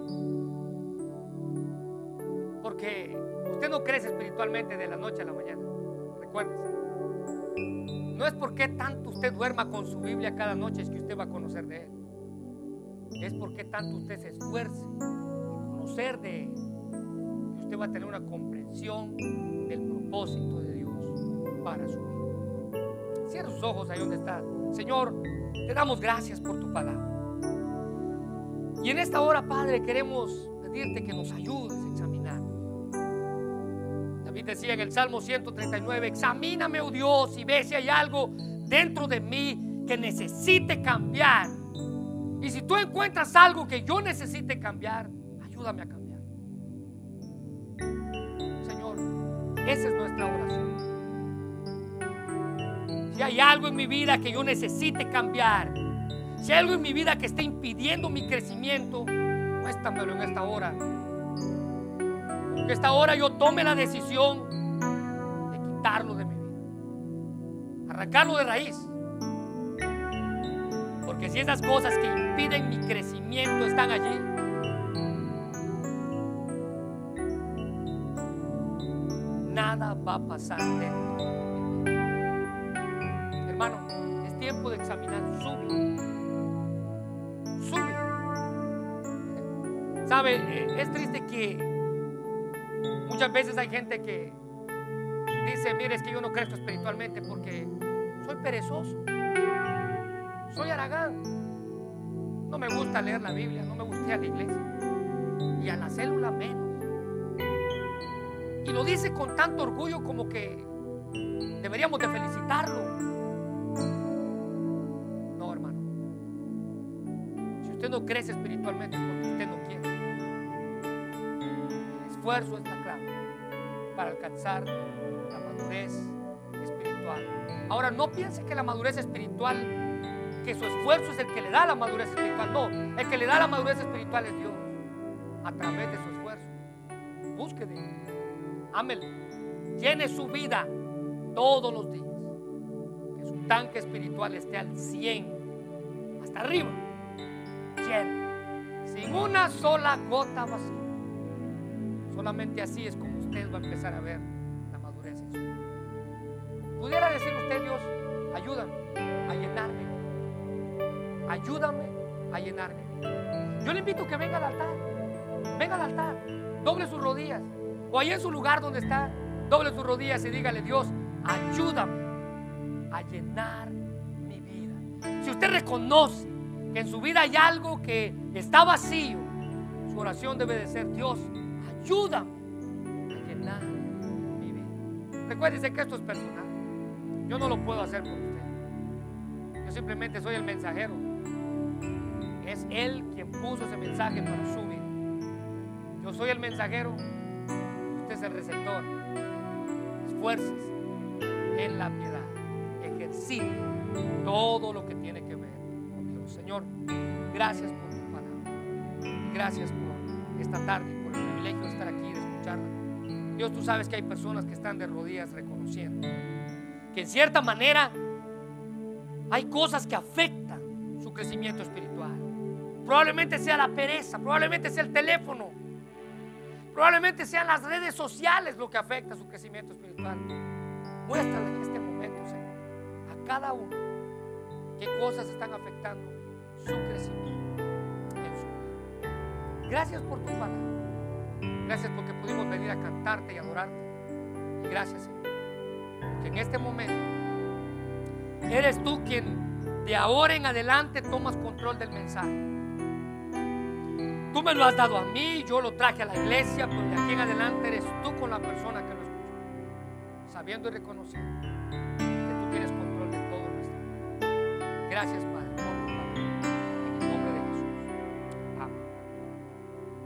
ella? Porque usted no crece espiritualmente de la noche a la mañana. Recuérdese, no es porque tanto usted duerma con su Biblia cada noche es que usted va a conocer de Él. Es porque tanto usted se esfuerce en conocer de Él, que usted va a tener una comprensión del propósito de Dios para su vida. Cierra sus ojos ahí donde está. Señor, te damos gracias por tu palabra. Y en esta hora, Padre, queremos pedirte que nos ayudes a examinar. David decía en el Salmo 139: examíname, oh Dios, y ve si hay algo dentro de mí que necesite cambiar. Y si tú encuentras algo que yo necesite cambiar, ayúdame a cambiar. Señor, esa es nuestra oración. Si hay algo en mi vida que yo necesite cambiar, si hay algo en mi vida que esté impidiendo mi crecimiento, muéstramelo en esta hora. Que esta hora yo tome la decisión de quitarlo de mi vida, arrancarlo de raíz. Porque si esas cosas que impiden mi crecimiento están allí, nada va a pasar dentro de mí. Hermano, es tiempo de examinar su vida. Su vida. ¿Sabe? Es triste que muchas veces hay gente que dice: mire, es que yo no crezco espiritualmente porque soy perezoso, soy haragán, no me gusta leer la Biblia, no me gusta ir a la iglesia y a la célula menos. Y lo dice con tanto orgullo como que deberíamos de felicitarlo. No, hermano, si usted no crece espiritualmente es porque usted no quiere. El esfuerzo es la clave para alcanzar la madurez espiritual. Ahora, no piense que la madurez espiritual, que su esfuerzo es el que le da la madurez espiritual. No, el que le da la madurez espiritual es Dios, a través de su esfuerzo. Busque de Él, ámele, llene su vida todos los días, que su tanque espiritual esté al 100, hasta arriba, lleno, sin una sola gota vacía. Solamente así es como usted va a empezar a ver la madurez en su vida. Pudiera decir usted: Dios, ayúdame a llenarme, ayúdame a llenarme. Yo le invito a que venga al altar, doble sus rodillas, o ahí en su lugar donde está, doble sus rodillas y dígale: Dios, ayúdame a llenar mi vida. Si usted reconoce que en su vida hay algo que está vacío, su oración debe de ser: Dios, ayúdame a llenar mi vida. Recuérdese que esto es personal. Yo no lo puedo hacer por usted. Yo simplemente soy el mensajero. Es Él quien puso ese mensaje para su vida. Yo soy el mensajero, usted es el receptor. Esfuércese en la piedad, ejercite todo lo que tiene que ver con Dios. Señor, gracias por tu palabra. Gracias por esta tarde y por el privilegio de estar aquí y de escucharla. Dios, tú sabes que hay personas que están de rodillas reconociendo que en cierta manera hay cosas que afectan su crecimiento espiritual. Probablemente sea la pereza, probablemente sea el teléfono, probablemente sean las redes sociales lo que afecta su crecimiento espiritual. Muéstrale en este momento, Señor, a cada uno qué cosas están afectando su crecimiento en su vida. Gracias por tu palabra. Gracias porque pudimos venir a cantarte y adorarte. Y gracias, Señor, porque en este momento eres tú quien de ahora en adelante tomas control del mensaje. Tú me lo has dado a mí, yo lo traje a la iglesia, pero de aquí en adelante eres tú con la persona que lo escuchó, sabiendo y reconociendo que tú tienes control de todo nuestro. Gracias, Padre.